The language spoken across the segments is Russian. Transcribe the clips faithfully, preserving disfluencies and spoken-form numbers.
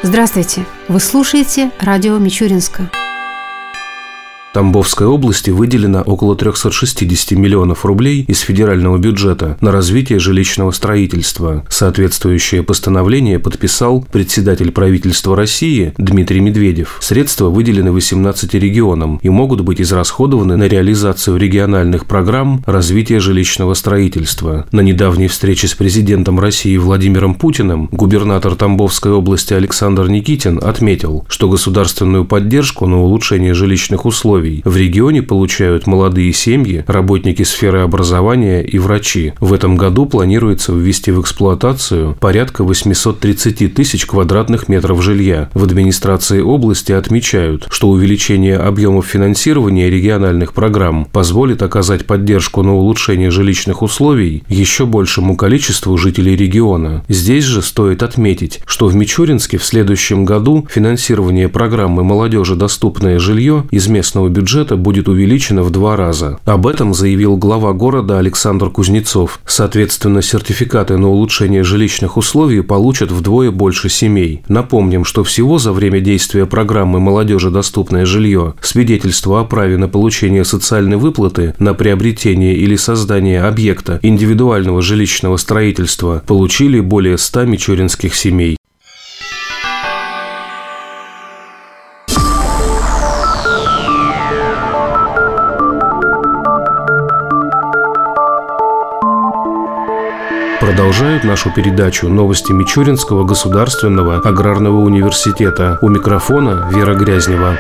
Здравствуйте! Вы слушаете радио Мичуринска. Тамбовской области выделено около триста шестьдесят миллионов рублей из федерального бюджета на развитие жилищного строительства. Соответствующее постановление подписал председатель правительства России Дмитрий Медведев. Средства выделены восемнадцати регионам и могут быть израсходованы на реализацию региональных программ развития жилищного строительства. На недавней встрече с президентом России Владимиром Путиным губернатор Тамбовской области Александр Никитин отметил, что государственную поддержку на улучшение жилищных условий в регионе получают молодые семьи, работники сферы образования и врачи. В этом году планируется ввести в эксплуатацию порядка восемьсот тридцать тысяч квадратных метров жилья. В администрации области отмечают, что увеличение объемов финансирования региональных программ позволит оказать поддержку на улучшение жилищных условий еще большему количеству жителей региона. Здесь же стоит отметить, что в Мичуринске в следующем году финансирование программы «Молодежи доступное жилье» из местного бюджета будет увеличено в два раза. Об этом заявил глава города Александр Кузнецов. Соответственно, сертификаты на улучшение жилищных условий получат вдвое больше семей. Напомним, что всего за время действия программы «Молодежи доступное жилье» свидетельство о праве на получение социальной выплаты на приобретение или создание объекта индивидуального жилищного строительства получили более ста мичуринских семей. Продолжают нашу передачу новости Мичуринского государственного аграрного университета. У микрофона Вера Грязнева.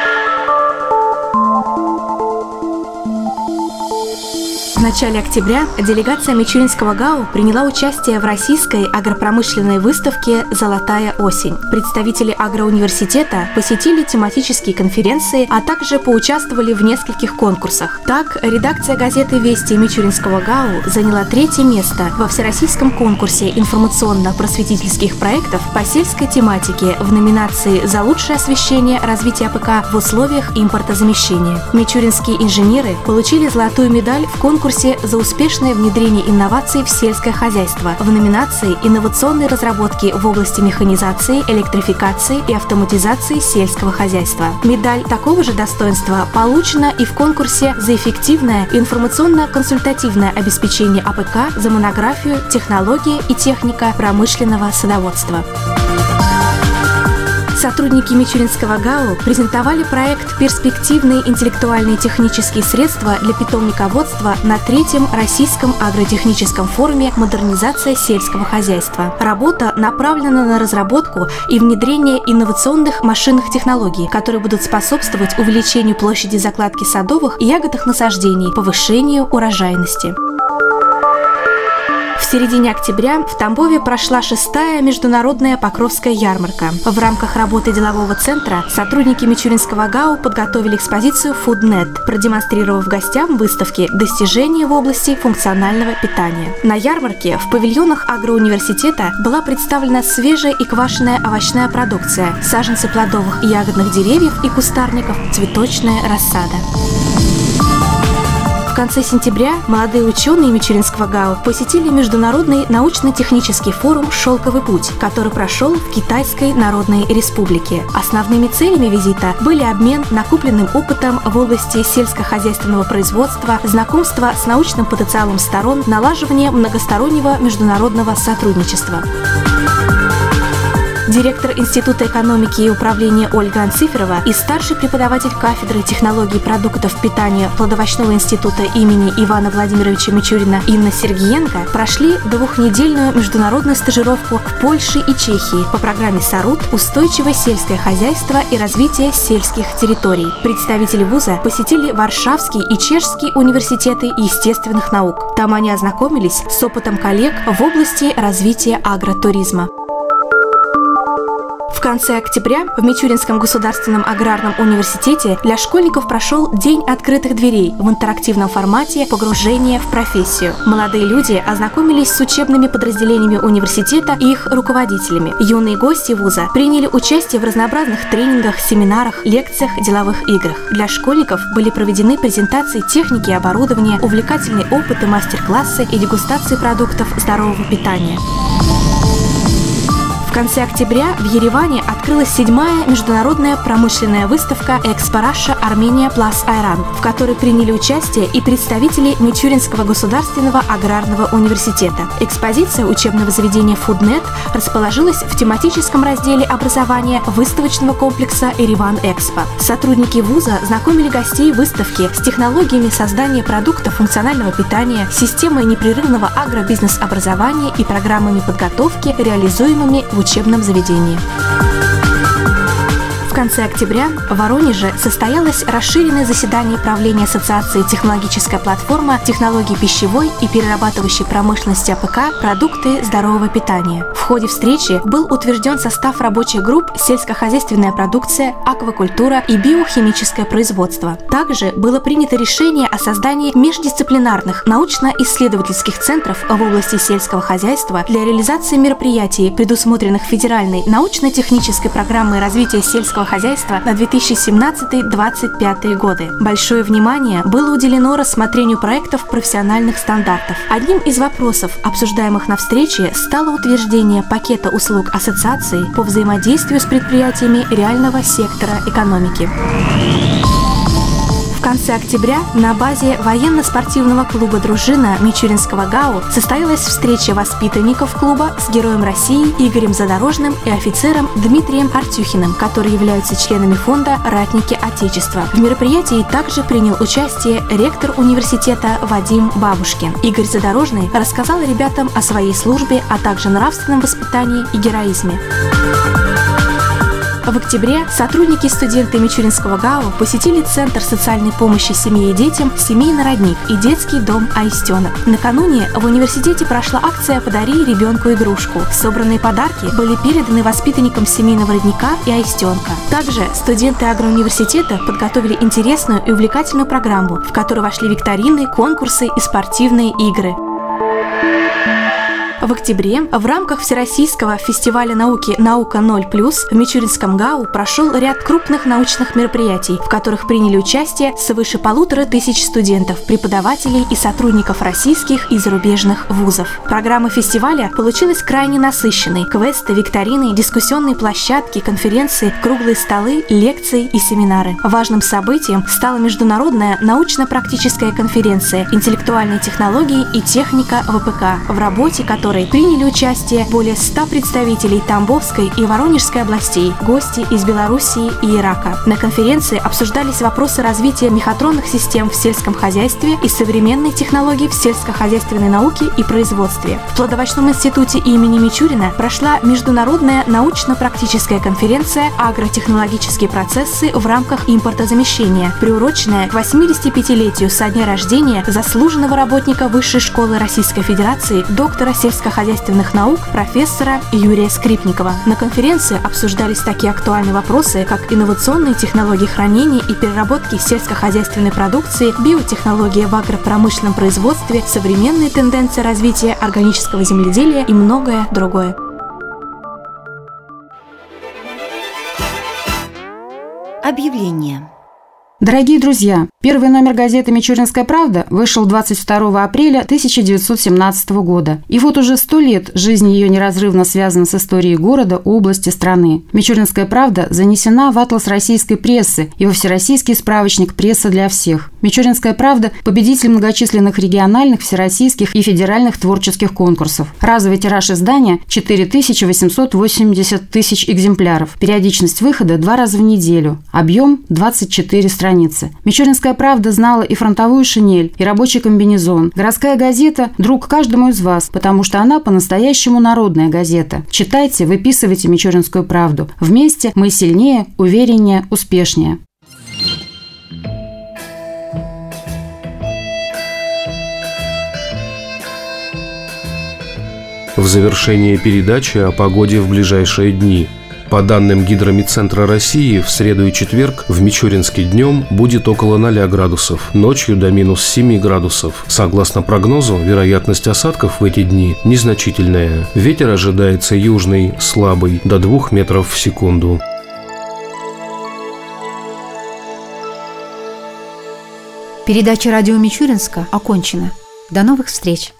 В начале октября делегация Мичуринского ГАУ приняла участие в российской агропромышленной выставке «Золотая осень». Представители агроуниверситета посетили тематические конференции, а также поучаствовали в нескольких конкурсах. Так, редакция газеты «Вести» Мичуринского ГАУ заняла третье место во всероссийском конкурсе информационно-просветительских проектов по сельской тематике в номинации «За лучшее освещение развития АПК в условиях импортозамещения». Мичуринские инженеры получили золотую медаль в конкурсе за успешное внедрение инноваций в сельское хозяйство в номинации «Инновационные разработки в области механизации, электрификации и автоматизации сельского хозяйства». Медаль такого же достоинства получена и в конкурсе за эффективное информационно-консультативное обеспечение АПК за монографию «Технологии и техника промышленного садоводства». Сотрудники Мичуринского ГАУ презентовали проект «Перспективные интеллектуальные технические средства для питомниководства» на третьем Российском агротехническом форуме «Модернизация сельского хозяйства». Работа направлена на разработку и внедрение инновационных машинных технологий, которые будут способствовать увеличению площади закладки садовых и ягодных насаждений, повышению урожайности. В середине октября в Тамбове прошла шестая международная Покровская ярмарка. В рамках работы делового центра сотрудники Мичуринского ГАУ подготовили экспозицию «Фуднет», продемонстрировав гостям выставки достижения в области функционального питания. На ярмарке в павильонах агроуниверситета была представлена свежая и квашеная овощная продукция, саженцы плодовых и ягодных деревьев и кустарников, цветочная рассада. В конце сентября молодые ученые Мичуринского ГАУ посетили Международный научно-технический форум «Шелковый путь», который прошел в Китайской Народной Республике. Основными целями визита были обмен накопленным опытом в области сельскохозяйственного производства, знакомство с научным потенциалом сторон, налаживание многостороннего международного сотрудничества. Директор Института экономики и управления Ольга Анциферова и старший преподаватель кафедры технологий продуктов питания Плодовочного института имени Ивана Владимировича Мичурина Инна Сергиенко прошли двухнедельную международную стажировку в Польше и Чехии по программе «Сарут. Устойчивое сельское хозяйство и развитие сельских территорий». Представители вуза посетили Варшавский и Чешский университеты естественных наук. Там они ознакомились с опытом коллег в области развития агротуризма. В конце октября в Мичуринском государственном аграрном университете для школьников прошел День открытых дверей в интерактивном формате «Погружение в профессию». Молодые люди ознакомились с учебными подразделениями университета и их руководителями. Юные гости вуза приняли участие в разнообразных тренингах, семинарах, лекциях, деловых играх. Для школьников были проведены презентации техники и оборудования, увлекательные опыты, мастер-классы и дегустации продуктов здорового питания. В конце октября в Ереване открылась седьмая международная промышленная выставка «Экспо Раша Армения Плас Айран», в которой приняли участие и представители Мичуринского государственного аграрного университета. Экспозиция учебного заведения «Фуднет» расположилась в тематическом разделе образования выставочного комплекса «Ереван Экспо». Сотрудники вуза знакомили гостей выставки с технологиями создания продуктов функционального питания, системой непрерывного агробизнес-образования и программами подготовки, реализуемыми в учебном заведении. В конце октября в Воронеже состоялось расширенное заседание правления Ассоциации «Технологическая платформа технологий пищевой и перерабатывающей промышленности АПК «Продукты здорового питания». В ходе встречи был утвержден состав рабочих групп «Сельскохозяйственная продукция», «Аквакультура» и «Биохимическое производство». Также было принято решение о создании междисциплинарных научно-исследовательских центров в области сельского хозяйства для реализации мероприятий, предусмотренных Федеральной научно-технической программой развития сельского хозяйства на две тысячи семнадцатый — две тысячи двадцать пятый годы. Большое внимание было уделено рассмотрению проектов профессиональных стандартов. Одним из вопросов, обсуждаемых на встрече, стало утверждение пакета услуг ассоциации по взаимодействию с предприятиями реального сектора экономики. В конце октября на базе военно-спортивного клуба «Дружина» Мичуринского ГАУ состоялась встреча воспитанников клуба с героем России Игорем Задорожным и офицером Дмитрием Артюхиным, которые являются членами фонда «Ратники Отечества». В мероприятии также принял участие ректор университета Вадим Бабушкин. Игорь Задорожный рассказал ребятам о своей службе, а также нравственном воспитании и героизме. В октябре сотрудники и студенты Мичуринского ГАУ посетили Центр социальной помощи семье и детям «Семейный родник» и детский дом «Аистенок». Накануне в университете прошла акция «Подари ребенку игрушку». Собранные подарки были переданы воспитанникам семейного родника и «Аистенка». Также студенты агроуниверситета подготовили интересную и увлекательную программу, в которой вошли викторины, конкурсы и спортивные игры. В октябре в рамках Всероссийского фестиваля науки «Наука ноль плюс» в Мичуринском ГАУ прошел ряд крупных научных мероприятий, в которых приняли участие свыше полутора тысяч студентов, преподавателей и сотрудников российских и зарубежных вузов. Программа фестиваля получилась крайне насыщенной. Квесты, викторины, дискуссионные площадки, конференции, круглые столы, лекции и семинары. Важным событием стала международная научно-практическая конференция «Интеллектуальные технологии и техника в АПК», в работе которой приняли участие более ста представителей Тамбовской и Воронежской областей, гости из Белоруссии и Ирака. На конференции обсуждались вопросы развития мехатронных систем в сельском хозяйстве и современной технологий в сельскохозяйственной науке и производстве. В Плодовочном институте имени Мичурина прошла международная научно-практическая конференция «Агротехнологические процессы в рамках импортозамещения», приуроченная к восьмидесятипятилетию со дня рождения заслуженного работника Высшей школы Российской Федерации, доктора сельскохозяйственных наук профессора Юрия Скрипникова. На конференции обсуждались такие актуальные вопросы, как инновационные технологии хранения и переработки сельскохозяйственной продукции, биотехнологии в агропромышленном производстве, современные тенденции развития органического земледелия и многое другое. Объявление. Дорогие друзья, первый номер газеты «Мичуринская правда» вышел двадцать второго апреля тысяча девятьсот семнадцатого года. И вот уже сто лет жизнь ее неразрывно связана с историей города, области, страны. «Мичуринская правда» занесена в атлас российской прессы и во всероссийский справочник «Пресса для всех». «Мичуринская правда» – победитель многочисленных региональных, всероссийских и федеральных творческих конкурсов. Разовый тираж издания – четыре тысячи восемьсот восемьдесят тысяч экземпляров. Периодичность выхода – два раза в неделю. Объем – двадцать четыре страницы. «Мичуринская правда» знала и фронтовую шинель, и рабочий комбинезон. Городская газета – друг каждому из вас, потому что она по-настоящему народная газета. Читайте, выписывайте «Мичуринскую правду». Вместе мы сильнее, увереннее, успешнее. В завершение передачи о погоде в ближайшие дни. По данным Гидромедцентра России, в среду и четверг в Мичуринске днем будет около ноля градусов, ночью до минус семи градусов. Согласно прогнозу, вероятность осадков в эти дни незначительная. Ветер ожидается южный, слабый, до двух метров в секунду. Передача «Радио Мичуринска» окончена. До новых встреч!